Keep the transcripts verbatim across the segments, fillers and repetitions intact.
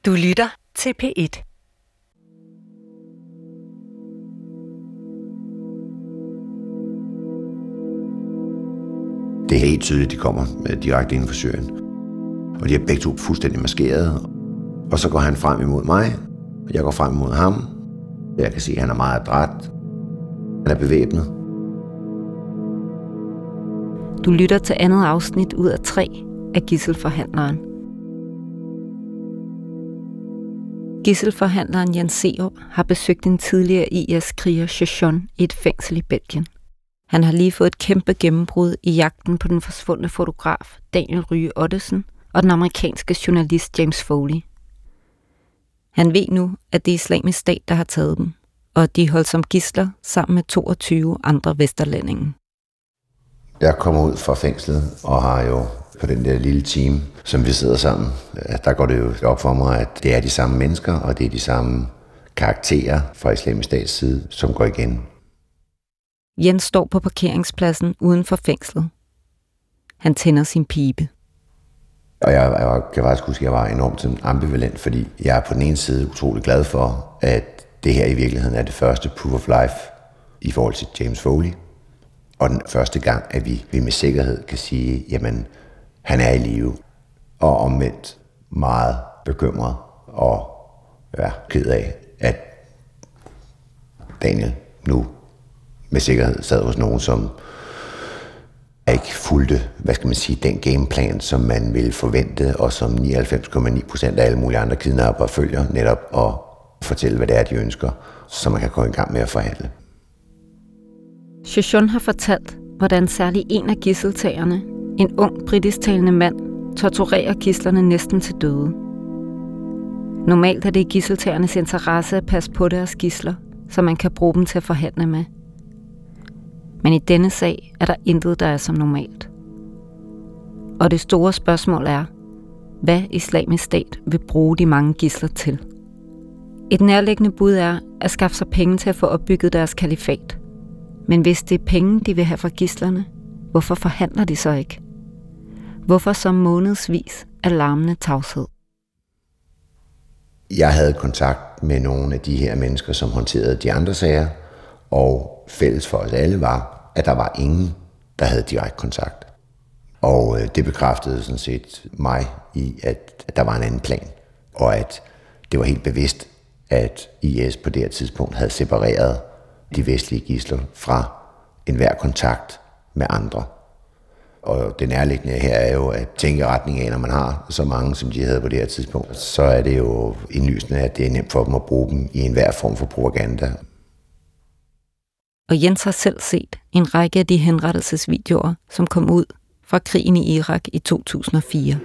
Du lytter til P et. Det er helt tydeligt, at de kommer direkte inden for Syrien. Og de er begge to fuldstændig maskerede. Og så går han frem imod mig. Jeg går frem imod ham. Jeg kan se, at han er meget adræt. Han er bevæbnet. Du lytter til andet afsnit ud af tre af Gidselforhandleren. Gidselforhandleren Jens Serup har besøgt en tidligere I S-kriger Sheshon i et fængsel i Belgien. Han har lige fået et kæmpe gennembrud i jagten på den forsvundne fotograf Daniel Rye Ottesen og den amerikanske journalist James Foley. Han ved nu, at det er Islamisk Stat, der har taget dem, og at de holdt som gidsler sammen med toogtyve andre vesterlændinge. Jeg kommer ud fra fængslet og har jo på den der lille team, som vi sidder sammen, der går det jo op for mig, at det er de samme mennesker, og det er de samme karakterer fra Islamisk Stats side, som går igen. Jens står på parkeringspladsen uden for fængslet. Han tænder sin pibe. Og jeg, jeg kan faktisk huske, at jeg var enormt ambivalent, fordi jeg er på den ene side utrolig glad for, at det her i virkeligheden er det første proof of life i forhold til James Foley. Og den første gang, at vi, vi med sikkerhed kan sige, jamen, han er i live. Og omvendt meget bekymret og ja, ked af, at Daniel nu med sikkerhed sad hos nogen, som ikke fulgte, hvad skal man sige, den gameplan, som man ville forvente, og som nioghalvfems komma ni procent af alle mulige andre kidnappere følger, netop at fortælle, hvad det er, de ønsker, så man kan gå i gang med at forhandle. Sheshon har fortalt, hvordan særlig en af gidseltagerne, en ung britiskttalende mand, torturerer gidslerne næsten til døde. Normalt er det i gidseltagernes interesse at passe på deres gidsler, så man kan bruge dem til at forhandle med. Men i denne sag er der intet, der er som normalt. Og det store spørgsmål er, hvad Islamisk Stat vil bruge de mange gidsler til. Et nærliggende bud er at skaffe sig penge til at få opbygget deres kalifat. Men hvis det er penge, de vil have fra gidslerne, hvorfor forhandler de så ikke? Hvorfor så månedsvis af larmende tavshed? Jeg havde kontakt med nogle af de her mennesker, som håndterede de andre sager, og fælles for os alle var, at der var ingen, der havde direkte kontakt. Og det bekræftede sådan set mig i, at der var en anden plan, og at det var helt bevidst, at I S på det her tidspunkt havde separeret de vestlige gidsler fra enhver kontakt med andre. Og det nærliggende her er jo at tænke i retning af, når man har så mange, som de havde på det her tidspunkt, så er det jo indlysende, at det er nemt for dem at bruge dem i enhver form for propaganda. Og Jens har selv set en række af de henrettelsesvideoer, som kom ud fra krigen i Irak i to tusind og fire.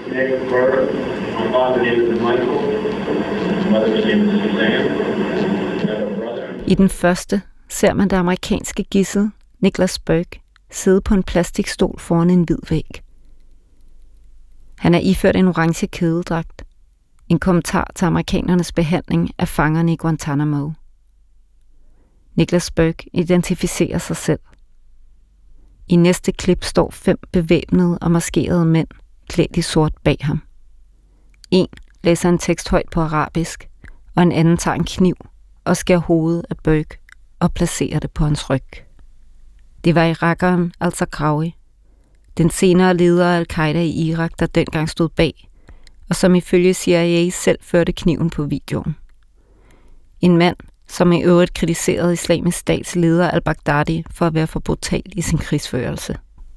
I den første ser man det amerikanske gidsel, Nicholas Burke, sidde på en plastikstol foran en hvid væg. Han er iført en orange kædedragt, en kommentar til amerikanernes behandling af fangerne i Guantanamo. Nicholas Burke identificerer sig selv. I næste klip står fem bevæbnede og maskerede mænd, klædt i sort bag ham. En læser en tekst højt på arabisk, og en anden tager en kniv og skærer hovedet af Burke og placerer det på hans ryg. Det var irakeren al-Zarqawi, den senere leder af al-Qaida i Irak, der dengang stod bag, og som ifølge C I A selv førte kniven på videoen. En mand, som i øvrigt kritiserede Islamisk Stats leder al-Baghdadi for at være for brutal i sin krigsførelse.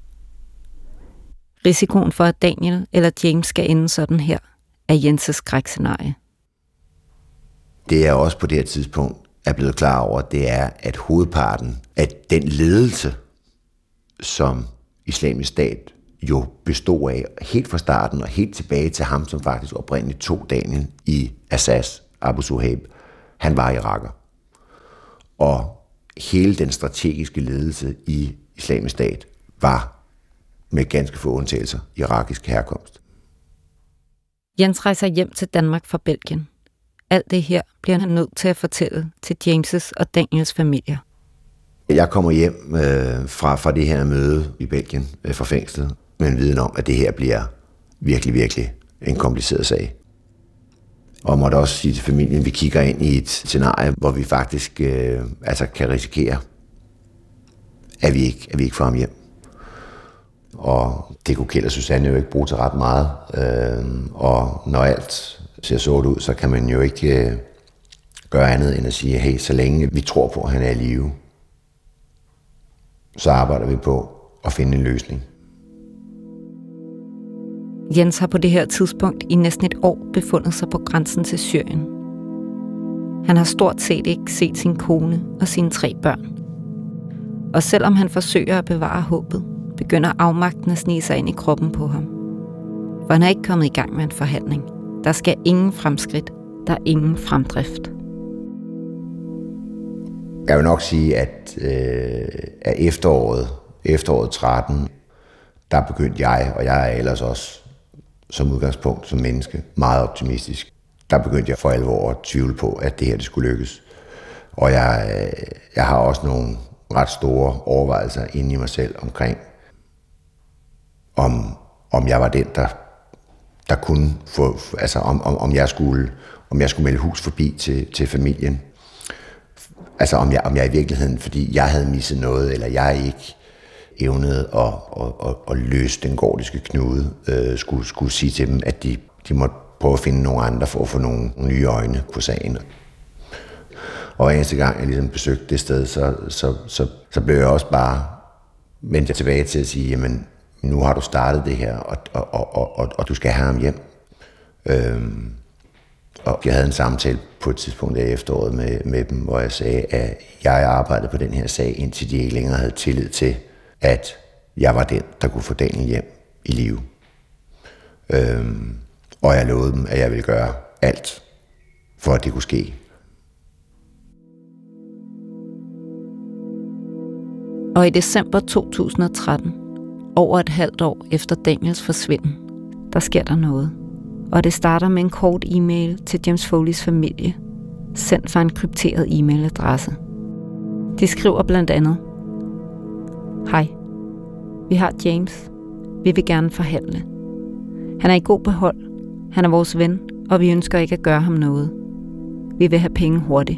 Risikoen for, at Daniel eller James skal ende sådan her, er Jens' skrækscenarie. Det er også på det her tidspunkt er blevet klar over, det er, at hovedparten af den ledelse, som Islamisk Stat jo bestod af helt fra starten og helt tilbage til ham, som faktisk oprindeligt tog Daniel i Assas, Abu Suhaib, han var iraker. Og hele den strategiske ledelse i Islamisk Stat var med ganske få undtagelser irakisk herkomst. Jens rejser hjem til Danmark fra Belgien. Alt det her bliver han nødt til at fortælle til James' og Daniels familier. Jeg kommer hjem øh, fra, fra det her møde i Belgien øh, fra fængslet med en viden om, at det her bliver virkelig, virkelig en kompliceret sag. Og måtte også sige til familien, at vi kigger ind i et scenarie, hvor vi faktisk øh, altså kan risikere, at vi, ikke, at vi ikke får ham hjem. Og det kunne Kjeld og Susanne jo ikke bruge til ret meget. Øh, og når alt ser sort ud, så kan man jo ikke øh, gøre andet end at sige, hey, så længe vi tror på, at han er i live, så arbejder vi på at finde en løsning. Jens har på det her tidspunkt i næsten et år befundet sig på grænsen til Syrien. Han har stort set ikke set sin kone og sine tre børn. Og selvom han forsøger at bevare håbet, begynder afmagten at snige sig ind i kroppen på ham. For han er ikke kommet i gang med en forhandling. Der skal ingen fremskridt. Der er ingen fremdrift. Jeg vil nok sige, at, øh, at efteråret, efteråret tretten, der begyndte jeg, og jeg er ellers også som udgangspunkt som menneske meget optimistisk. Der begyndte jeg for alvor at tvivle på, at det her det skulle lykkes. Og jeg, jeg har også nogle ret store overvejelser inde i mig selv omkring, om, om jeg var den, der, der kunne få, altså om, om, om, jeg skulle, om jeg skulle melde hus forbi til, til familien. Altså om jeg, om jeg i virkeligheden, fordi jeg havde misset noget, eller jeg ikke evnede at, at, at, at løse den gordiske knude, øh, skulle, skulle sige til dem, at de, de måtte prøve at finde nogle andre for at få nogle nye øjne på sagen. Og hver eneste gang jeg ligesom besøgte det sted, så, så, så, så blev jeg også bare vendt tilbage til at sige, jamen nu har du startet det her, og, og, og, og, og du skal have ham hjem. Øhm, og jeg havde en samtale på et tidspunkt i efteråret med, med dem, hvor jeg sagde, at jeg arbejdede på den her sag, indtil de ikke længere havde tillid til, at jeg var den, der kunne få Daniel hjem i live. Øhm, og jeg lovede dem, at jeg ville gøre alt, for at det kunne ske. Og i december to tusind og tretten, over et halvt år efter Daniels forsvinden, der sker der noget. Og det starter med en kort e-mail til James Foleys familie, sendt fra en krypteret e-mailadresse. De skriver blandt andet: Hej, vi har James. Vi vil gerne forhandle. Han er i god behold. Han er vores ven, og vi ønsker ikke at gøre ham noget. Vi vil have penge hurtigt.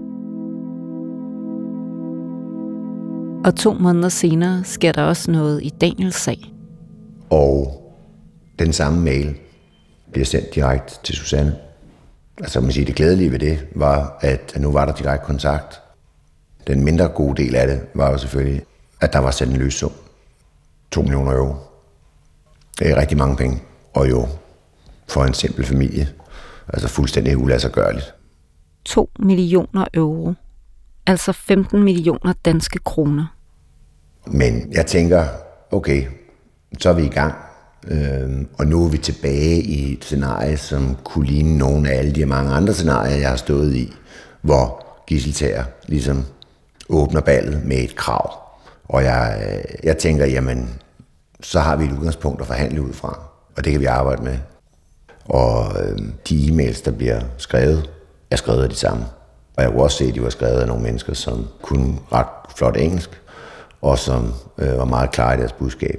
Og to måneder senere sker der også noget i Daniels sag. Og den samme mail bliver sendt direkte til Susanne. Altså man siger, det glædelige ved det var, at nu var der direkte kontakt. Den mindre gode del af det var jo selvfølgelig, at der var sat en løssum. To millioner euro. Det er rigtig mange penge. Og jo for en simpel familie. Altså fuldstændig uladsiggørligt. To millioner euro. Altså femten millioner danske kroner. Men jeg tænker, okay, så er vi i gang. Øhm, og nu er vi tilbage i et scenarie, som kunne ligne nogle af alle de mange andre scenarier, jeg har stået i, hvor gidseltager ligesom åbner ballet med et krav. Og jeg, jeg tænker, jamen, så har vi et udgangspunkt at forhandle ud fra, og det kan vi arbejde med. Og øhm, de e-mails, der bliver skrevet, er skrevet af de samme. Og jeg kunne også se, at de var skrevet af nogle mennesker, som kunne ret flot engelsk, og som øh, var meget klare i deres budskab.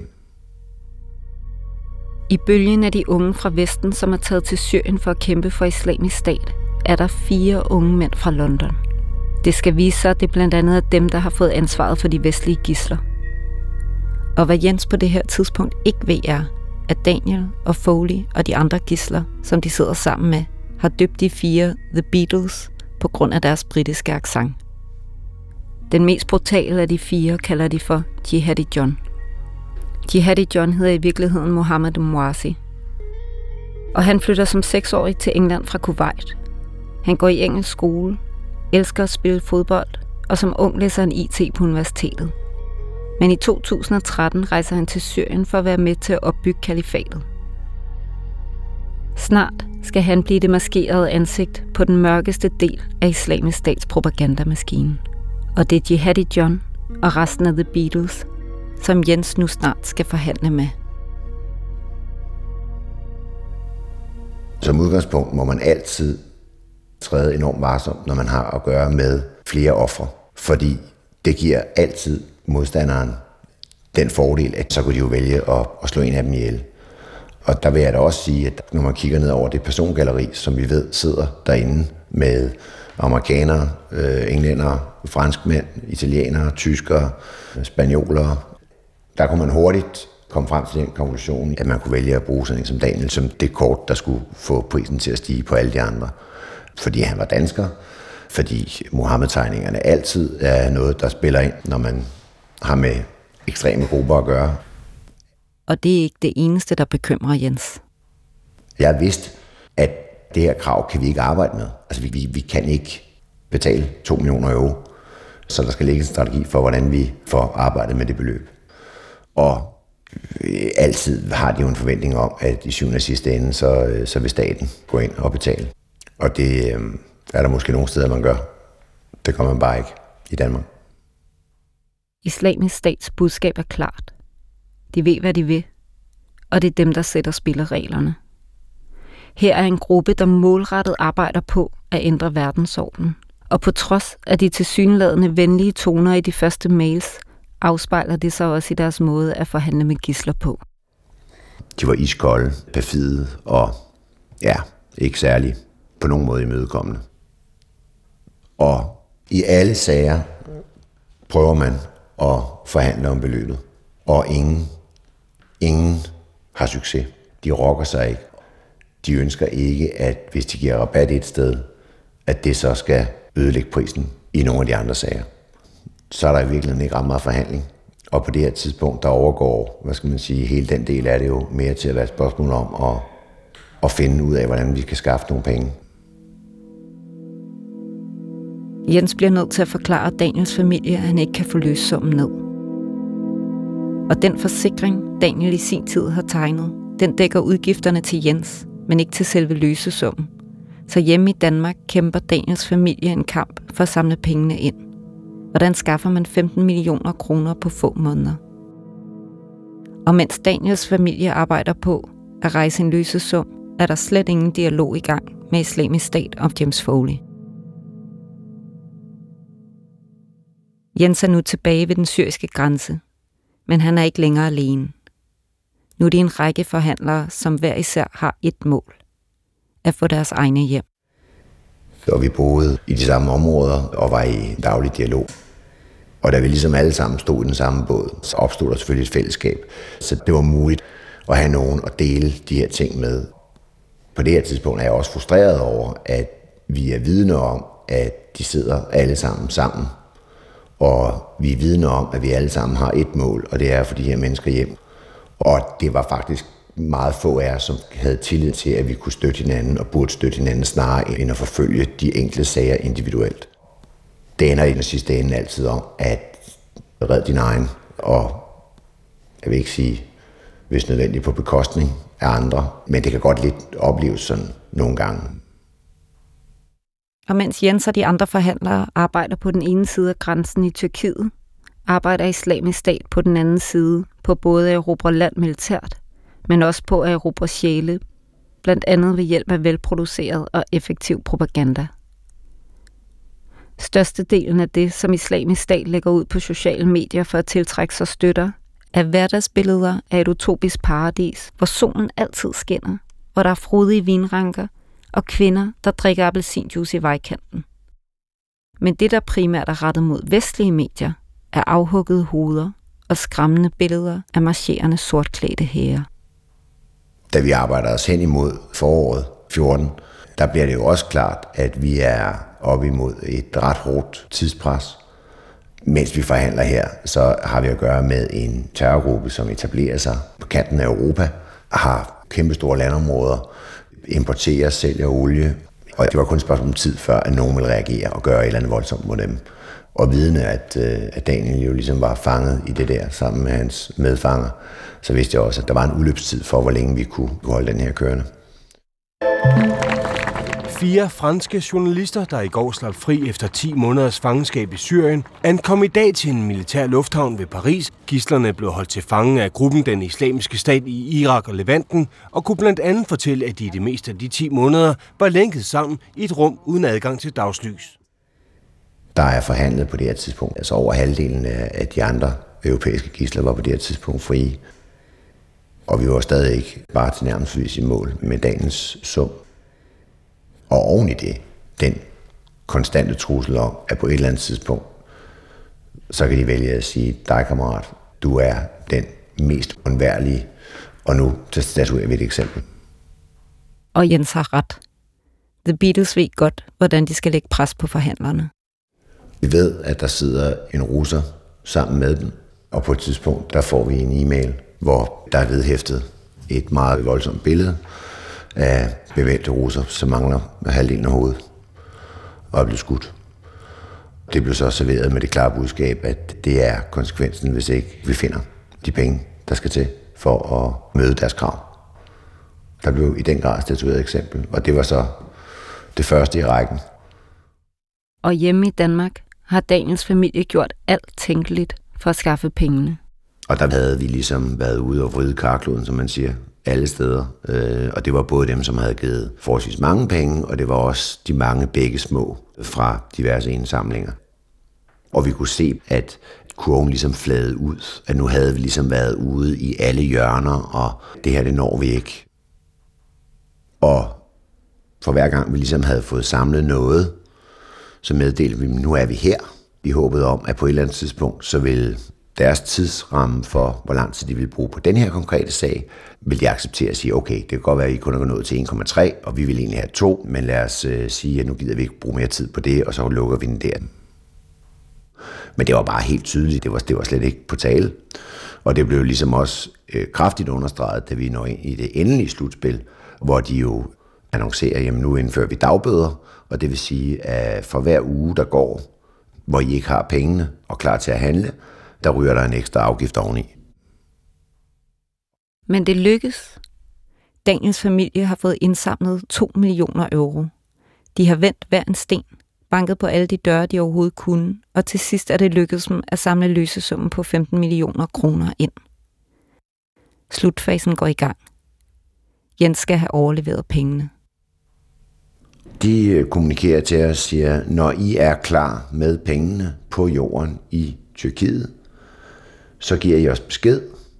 I bølgen af de unge fra Vesten, som er taget til Syrien for at kæmpe for Islamisk Stat, er der fire unge mænd fra London. Det skal vise sig, at det blandt andet er dem, der har fået ansvaret for de vestlige gidsler. Og hvad Jens på det her tidspunkt ikke ved er, at Daniel og Foley og de andre gidsler, som de sidder sammen med, har døbt de fire The Beatles på grund af deres britiske accent. Den mest brutale af de fire kalder de for Jihadi John. Jihadi John hedder i virkeligheden Mohammed Mwazi. Og han flytter som seksårig til England fra Kuwait. Han går i engelsk skole, elsker at spille fodbold, og som ung læser han I T på universitetet. Men i to tusind og tretten rejser han til Syrien for at være med til at opbygge kalifatet. Snart skal han blive det maskerede ansigt på den mørkeste del af Islamisk Stats propagandamaskine. Og det er Jihadi John og resten af The Beatles, som Jens nu snart skal forhandle med. Som udgangspunkt må man altid træde enormt varsomt, når man har at gøre med flere ofre. Fordi det giver altid modstanderen den fordel, at så kunne de jo vælge at, at slå en af dem ihjel. Og der vil jeg da også sige, at når man kigger ned over det persongalleri, som vi ved sidder derinde med amerikanere, øh, englændere, franskmænd, italienere, tyskere, spanioler, der kunne man hurtigt komme frem til den konklusion, at man kunne vælge at bruge sådan en som Daniel som det kort, der skulle få prisen til at stige på alle de andre. Fordi han var dansker, fordi Muhammed-tegningerne altid er noget, der spiller ind, når man har med ekstreme grupper at gøre. Og det er ikke det eneste, der bekymrer Jens. Jeg vidste, at det her krav kan vi ikke arbejde med. Altså vi, vi, vi kan ikke betale to millioner euro, så der skal ligge en strategi for, hvordan vi får arbejdet med det beløb. Og øh, altid har de jo en forventning om, at i syvende og sidste ende, så, øh, så vil staten gå ind og betale. Og det øh, er der måske nogle steder, man gør. Det gør man bare ikke i Danmark. Islamisk Stats budskab er klart. De ved, hvad de vil, og det er dem, der sætter spillereglerne. Her er en gruppe, der målrettet arbejder på at ændre verdensordenen. Og på trods af de tilsyneladende venlige toner i de første mails, afspejler det sig også i deres måde at forhandle med gidsler på. De var iskolde, perfide og ja, ikke særlig på nogen måde imødekommende. Og i alle sager prøver man at forhandle om beløbet, og ingen, ingen har succes. De rokker sig ikke. De ønsker ikke, at hvis de giver rabat et sted, at det så skal ødelægge prisen i nogle af de andre sager. Så er der i virkeligheden ikke ret meget forhandling. Og på det her tidspunkt, der overgår, hvad skal man sige, hele den del af det jo mere til at være et spørgsmål om at, at finde ud af, hvordan vi kan skaffe nogle penge. Jens bliver nødt til at forklare Daniels familie, at han ikke kan få løsesummen ned. Og den forsikring, Daniel i sin tid har tegnet, den dækker udgifterne til Jens, men ikke til selve løsesummen. Så hjemme i Danmark kæmper Daniels familie en kamp for at samle pengene ind. Hvordan skaffer man femten millioner kroner på få måneder? Og mens Daniels familie arbejder på at rejse en løsesum, er der slet ingen dialog i gang med Islamisk Stat om James Foley. Jens er nu tilbage ved den syriske grænse, men han er ikke længere alene. Nu er det en række forhandlere, som hver især har et mål: at få deres egne hjem. Og vi boede i de samme områder og var i daglig dialog. Og da vi ligesom alle sammen stod i den samme båd, så opstod der selvfølgelig et fællesskab. Så det var muligt at have nogen at dele de her ting med. På det her tidspunkt er jeg også frustreret over, at vi er vidne om, at de sidder alle sammen sammen. Og vi er vidne om, at vi alle sammen har et mål, og det er at få de her mennesker hjem. Og det var faktisk meget få af os, som havde tillid til, at vi kunne støtte hinanden og burde støtte hinanden snarere end at forfølge de enkelte sager individuelt. Det ender i den sidste ende altid om at redde din egen, og jeg vil ikke sige, hvis nødvendigt på bekostning af andre, men det kan godt lidt opleves sådan nogle gange. Og mens Jens og de andre forhandlere arbejder på den ene side af grænsen i Tyrkiet, arbejder Islamisk Stat på den anden side på både at erobre land militært, men også på at erobre sjæle, blandt andet ved hjælp af velproduceret og effektiv propaganda. Størstedelen af det, som Islamisk Stat lægger ud på sociale medier for at tiltrække sig støtter, er hverdagsbilleder af et utopisk paradis, hvor solen altid skinner, hvor der er frodige vinranker og kvinder, der drikker appelsinjuice i vejkanten. Men det, der primært er rettet mod vestlige medier, er afhuggede hoveder og skræmmende billeder af marcherende sortklædte hære. Da vi arbejder os hen imod foråret fjorten, der bliver det jo også klart, at vi er op imod et ret hårdt tidspres. Mens vi forhandler her, så har vi at gøre med en terrorgruppe, som etablerer sig på kanten af Europa, har kæmpestore landområder, importerer, sælger olie. Og det var kun et spørgsmål om tid, før at nogen ville reagere og gøre et eller andet voldsomt mod dem. Og vidende, at, at Daniel jo ligesom var fanget i det der sammen med hans medfanger, så vidste jeg også, at der var en udløbstid for, hvor længe vi kunne holde den her kørende. Fire franske journalister, der i går slap fri efter ti måneders fangenskab i Syrien, ankom i dag til en militær lufthavn ved Paris. Gidslerne blev holdt til fange af gruppen Den Islamiske Stat i Irak og Levanten, og kunne blandt andet fortælle, at de i det meste af de ti måneder var lænket sammen i et rum uden adgang til dagslys. Der er forhandlet på det her tidspunkt. Altså over halvdelen af de andre europæiske gidsler var på det her tidspunkt frie. Og vi var stadig ikke bare til nærmest i mål med Daniels sum. Og oven i det, den konstante trussel om, at på et eller andet tidspunkt, så kan de vælge at sige, dig kammerat, du er den mest undværlige, og nu statuerer vi et eksempel. Og Jens har ret. The Beatles ved godt, hvordan de skal lægge pres på forhandlerne. Vi ved, at der sidder en russer sammen med dem, og på et tidspunkt, der får vi en e-mail, hvor der er vedhæftet et meget voldsomt billede af bevægelte russer, som mangler halvdelen af hovedet og er blevet skudt. Det blev så serveret med det klare budskab, at det er konsekvensen, hvis ikke vi finder de penge, der skal til for at møde deres krav. Der blev i den grad statueret et eksempel, og det var så det første i rækken. Og hjemme i Danmark har Daniels familie gjort alt tænkeligt for at skaffe pengene. Og der havde vi ligesom været ude og vride karkloden, som man siger, alle steder. Og det var både dem, som havde givet forholdsvis mange penge, og det var også de mange begge små fra diverse indsamlinger. Og vi kunne se, at kurven ligesom fladede ud, at nu havde vi ligesom været ude i alle hjørner, og det her, det når vi ikke. Og for hver gang vi ligesom havde fået samlet noget, så meddelte vi, at nu er vi her. Vi håbede om, at på et eller andet tidspunkt, så ville deres tidsramme for, hvor lang tid de ville bruge på den her konkrete sag, vil de acceptere at sige, okay, det kan godt være, at I kun er nået til en komma tre, og vi vil egentlig have to, men lad os uh, sige, at nu gider vi ikke bruge mere tid på det, og så lukker vi den der. Men det var bare helt tydeligt, det var, det var slet ikke på tale. Og det blev ligesom også øh, kraftigt understreget, da vi når ind i det endelige slutspil, hvor de jo annoncerer, jamen nu indfører vi dagbøder, og det vil sige, at for hver uge, der går, hvor I ikke har pengene og klar til at handle, der ryger der en ekstra afgift oveni. Men det lykkes. Daniels familie har fået indsamlet to millioner euro. De har vendt hver en sten, banket på alle de døre, de overhovedet kunne, og til sidst er det lykkedes dem at samle løsesummen på femten millioner kroner ind. Slutfasen går i gang. Jens skal have overleveret pengene. De kommunikerer til os og siger, når I er klar med pengene på jorden i Tyrkiet, så giver I os besked,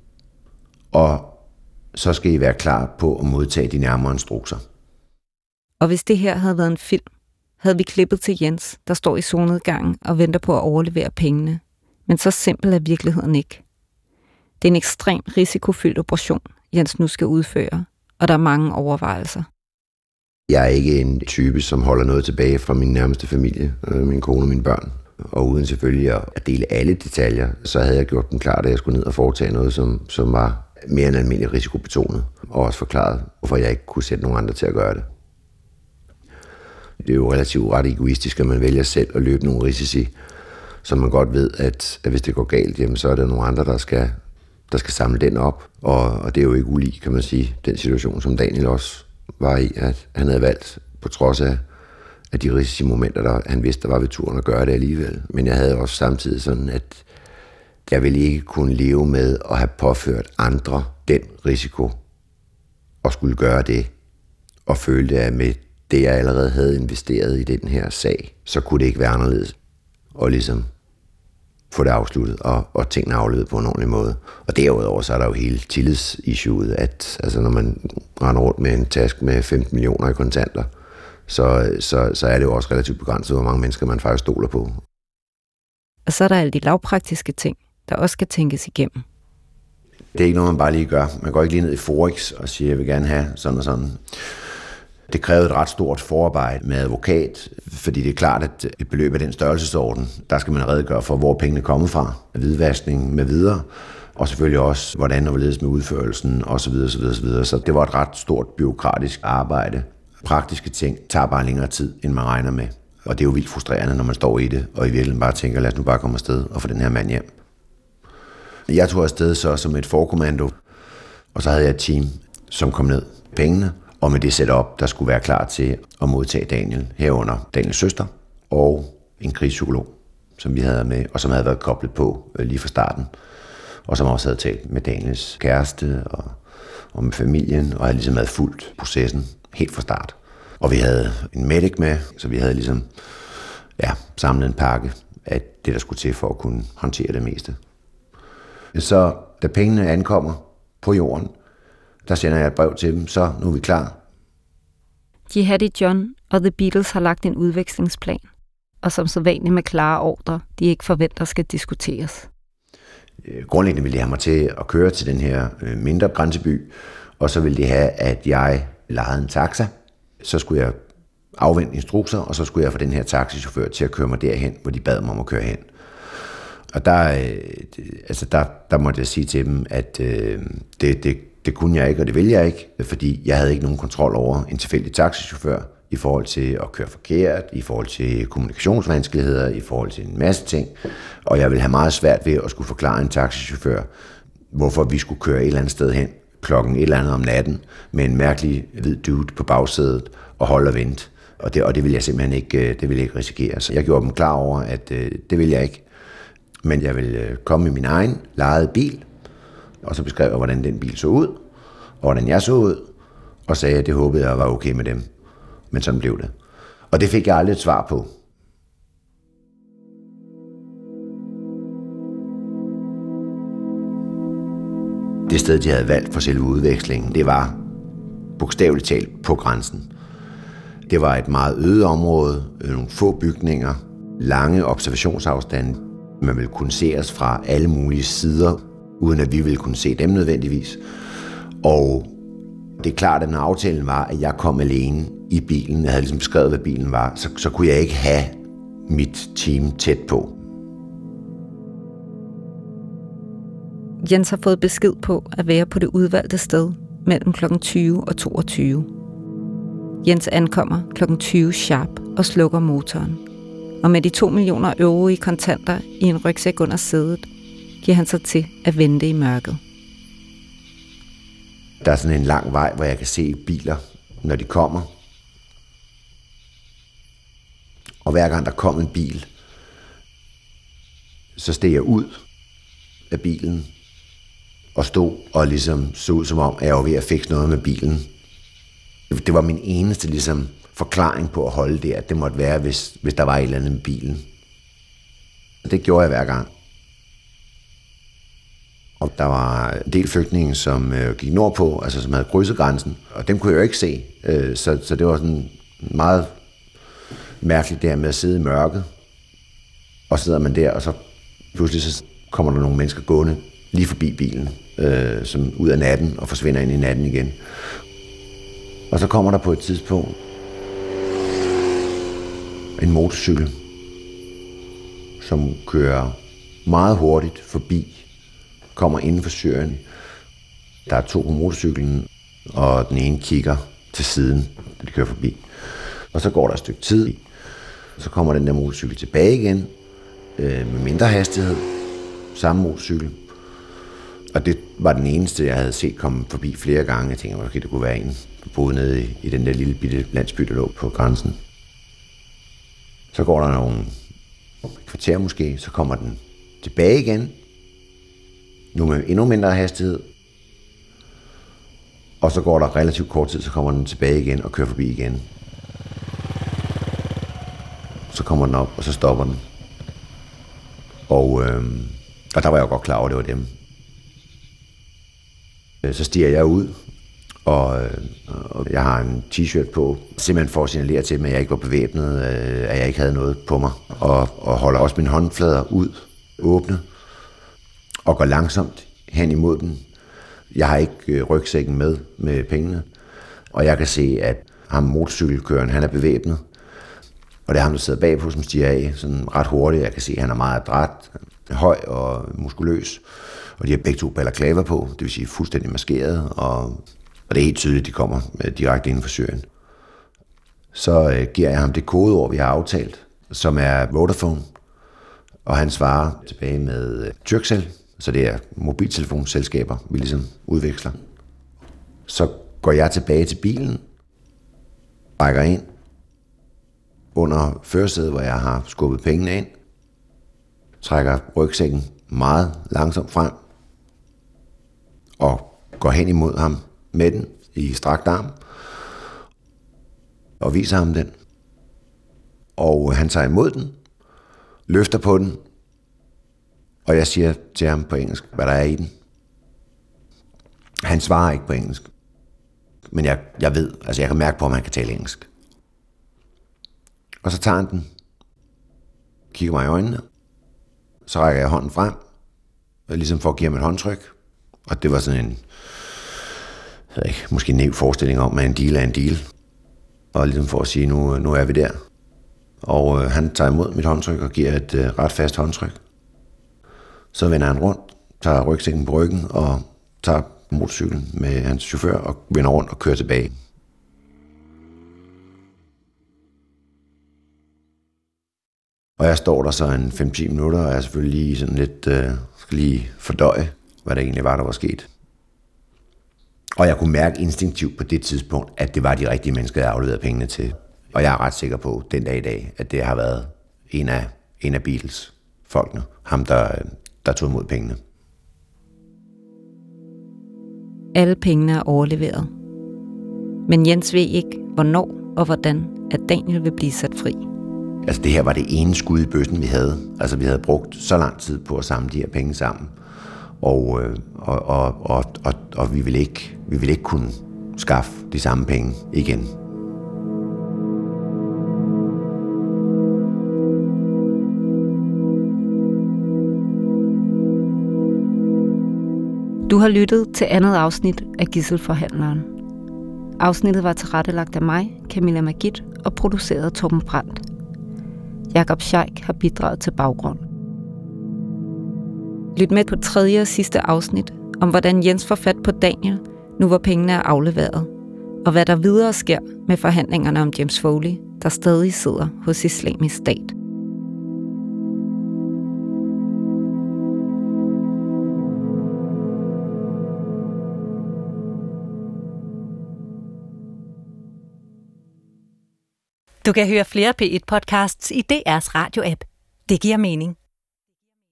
og så skal I være klar på at modtage de nærmere instrukser. Og hvis det her havde været en film, havde vi klippet til Jens, der står i solnedgangen og venter på at overlevere pengene. Men så simpel er virkeligheden ikke. Det er en ekstremt risikofyldt operation, Jens nu skal udføre, og der er mange overvejelser. Jeg er ikke en type, som holder noget tilbage fra min nærmeste familie, min kone og mine børn. Og uden selvfølgelig at dele alle detaljer, så havde jeg gjort dem klart, at jeg skulle ned og foretage noget, som, som var mere end almindelig risikobetonet, og også forklaret, hvorfor jeg ikke kunne sætte nogen andre til at gøre det. Det er jo relativt ret egoistisk, at man vælger selv at løbe nogle risici, så man godt ved, at, at hvis det går galt, jamen, så er der nogle andre, der skal, der skal samle den op. Og, og det er jo ikke ulig, kan man sige, den situation, som Daniel også var i, at han havde valgt, på trods af, af de risici-momenter, der han vidste, der var ved turen at gøre det alligevel. Men jeg havde også samtidig sådan, at jeg ville ikke kunne leve med at have påført andre den risiko, og skulle gøre det, og føle det, at med det, jeg allerede havde investeret i den her sag, så kunne det ikke være anderledes. Og ligesom få det afsluttet, og, og tingene aflevet på en ordentlig måde. Og derudover, så er der jo hele tillidsissueet, at altså, når man render rundt med en taske med femten millioner i kontanter, så, så, så er det jo også relativt begrænset, hvor mange mennesker man faktisk stoler på. Og så er der alle de lavpraktiske ting, der også skal tænkes igennem. Det er ikke noget, man bare lige gør. Man går ikke lige ned i Forex og siger, jeg vil gerne have sådan og sådan. Det krævede et ret stort forarbejde med advokat, fordi det er klart, at et beløb af den størrelsesorden, der skal man redegøre for, hvor pengene kommer fra, hvidvaskning med videre, og selvfølgelig også, hvordan og hvorledes med udførelsen osv. osv., osv. Så det var et ret stort bureaukratisk arbejde. Praktiske ting tager bare længere tid, end man regner med. Og det er jo vildt frustrerende, når man står i det, og i virkeligheden bare tænker, lad os nu bare komme afsted og få den her mand hjem. Jeg tog afsted så som et forkommando, og så havde jeg et team, som kom ned pengene, og med det setup, der skulle være klar til at modtage Daniel, herunder Daniels søster og en krigspsykolog, som vi havde med, og som havde været koblet på lige fra starten, og som også havde talt med Daniels kæreste og, og med familien, og havde ligesom havde fulgt processen helt fra start. Og vi havde en medic med, så vi havde ligesom ja, samlet en pakke af det, der skulle til for at kunne håndtere det meste. Så da pengene ankommer på jorden, Der sender jeg et brev til dem, så nu er vi klar. Jihadi John og The Beatles har lagt en udvekslingsplan, og som sædvanligt med klare ordre, de ikke forventer skal diskuteres. Grundlæggende ville de have mig til at køre til den her mindre grænseby, og så ville de have, at jeg lejede en taxa. Så skulle jeg afvente instrukser, og så skulle jeg få den her taxichauffør til at køre mig derhen, hvor de bad mig om at køre hen. Og der, altså der, der måtte jeg sige til dem, at øh, det, det, det kunne jeg ikke, og det ville jeg ikke, fordi jeg havde ikke nogen kontrol over en tilfældig taxichauffør i forhold til at køre forkert, i forhold til kommunikationsvanskeligheder, i forhold til en masse ting. Og jeg ville have meget svært ved at skulle forklare en taxichauffør, hvorfor vi skulle køre et eller andet sted hen klokken et eller andet om natten med en mærkelig hvid dude på bagsædet og holde og vente. Og det, og det ville jeg simpelthen ikke, det ville jeg ikke risikere. Så jeg gjorde dem klar over, at øh, det ville jeg ikke. Men jeg ville komme i min egen lejede bil, og så beskrev jeg, hvordan den bil så ud, og hvordan jeg så ud, og sagde, at det håbede jeg var okay med dem. Men sådan blev det. Og det fik jeg aldrig et svar på. Det sted, de havde valgt for selve udvekslingen, det var bogstaveligt talt på grænsen. Det var et meget øde område, nogle få bygninger, lange observationsafstande. Man ville kunne se os fra alle mulige sider, uden at vi ville kunne se dem nødvendigvis. Og det er klart, at når aftalen var, at jeg kom alene i bilen, jeg havde ligesom beskrevet, hvad bilen var, så, så kunne jeg ikke have mit team tæt på. Jens har fået besked på at være på det udvalgte sted mellem klokken tyve og toogtyve. Jens ankommer klokken tyve sharp og slukker motoren. Og med de to millioner euro i kontanter i en rygsæk under sædet, giver han sig til at vente i mørket. Der er sådan en lang vej, hvor jeg kan se biler, når de kommer. Og hver gang der kom en bil, så steg jeg ud af bilen og stod og ligesom så ud som om, at jeg var ved at fikse noget med bilen. Det var min eneste ligesom forklaring på at holde det, at det måtte være, hvis, hvis der var et eller andet med bilen. Det gjorde jeg hver gang. Og der var en del flygtninge, som øh, gik nordpå, altså som havde krydset grænsen, og dem kunne jeg jo ikke se. Øh, så, så det var sådan meget mærkeligt det her med at sidde i mørket, og sidder man der, og så pludselig så kommer der nogle mennesker gående lige forbi bilen, øh, som ud af natten og forsvinder ind i natten igen. Og så kommer der på et tidspunkt en motorcykel, som kører meget hurtigt forbi, kommer inden for Syrien. Der er to på motorcyklen, og den ene kigger til siden, da de kører forbi. Og så går der et stykke tid, så kommer den der motorcykel tilbage igen, øh, med mindre hastighed, samme motorcykel. Og det var den eneste, jeg havde set komme forbi flere gange. Jeg tænkte, okay, det kunne være en, der boede nede i, i den der lille bitte landsby, der lå på grænsen. Så går der nogle kvarter måske, så kommer den tilbage igen, nu med endnu mindre hastighed. Og så går der relativt kort tid, så kommer den tilbage igen og kører forbi igen. Så kommer den op, og så stopper den. Og, øh, og der var jeg jo godt klar over, at det var dem. Så stiger jeg ud, og, og jeg har en t-shirt på, simpelthen for at signalere til dem, at jeg ikke var bevæbnet, at jeg ikke havde noget på mig, og, og holder også mine håndflader ud, åbne, og går langsomt hen imod den. Jeg har ikke rygsækken med med pengene, og jeg kan se, at ham motorcykelkøren, han er bevæbnet, og det er ham, der sidder bagpå, som stiger af sådan ret hurtigt. Jeg kan se, at han er meget adræt, høj og muskuløs, og de har begge to balaclava på, det vil sige fuldstændig maskeret, og, og det er helt tydeligt, at de kommer direkte inden for Syrien. Så øh, giver jeg ham det kodeord, vi har aftalt, som er Vodafone, og han svarer tilbage med øh, Turkcell, så det er mobiltelefonselskaber, vi ligesom udveksler. Så går jeg tilbage til bilen, rækker ind under førersædet, hvor jeg har skubbet pengene ind, trækker rygsækken meget langsomt frem, og går hen imod ham med den i strakt arm, og viser ham den. Og han tager imod den, løfter på den, og jeg siger til ham på engelsk, hvad der er i den. Han svarer ikke på engelsk. Men jeg, jeg ved, altså jeg kan mærke på, om han kan tale engelsk. Og så tager han den, kigger mig i øjnene, så rækker jeg hånden frem, og ligesom for at give ham et håndtryk. Og det var sådan en, jeg ved ikke, måske en næv forestilling om, at en deal er en deal. Og ligesom for at sige, nu, nu er vi der. Og øh, han tager imod mit håndtryk og giver et øh, ret fast håndtryk. Så vender han rundt, tager rygsækken på ryggen og tager motorcyklen med hans chauffør og vender rundt og kører tilbage. Og jeg står der så en fem til ti minutter, og jeg er selvfølgelig lige sådan lidt, øh, skal lige fordøje, hvad der egentlig var, der var sket. Og jeg kunne mærke instinktivt på det tidspunkt, at det var de rigtige mennesker, jeg afleverede pengene til. Og jeg er ret sikker på, den dag i dag, at det har været en af, en af Beatles folkene, ham der, der tog imod pengene. Alle pengene er overleveret. Men Jens ved ikke, hvornår og hvordan, at Daniel vil blive sat fri. Altså det her var det ene skud i bøssen, vi havde. Altså vi havde brugt så lang tid på at samle de her penge sammen. Og, og, og, og, og, og vi, ville ikke, vi ville ikke kunne skaffe de samme penge igen. Du har lyttet til andet afsnit af Gidselforhandleren. Afsnittet var tilrettelagt af mig, Camilla Magid, og produceret af Torben Brandt. Jakob Scheik har bidraget til baggrund. Lyt med på tredje og sidste afsnit om, hvordan Jens får fat på Daniel, nu hvor pengene er afleveret, og hvad der videre sker med forhandlingerne om James Foley, der stadig sidder hos Islamisk Stat. Du kan høre flere P et podcasts i D R's radio-app. Det giver mening.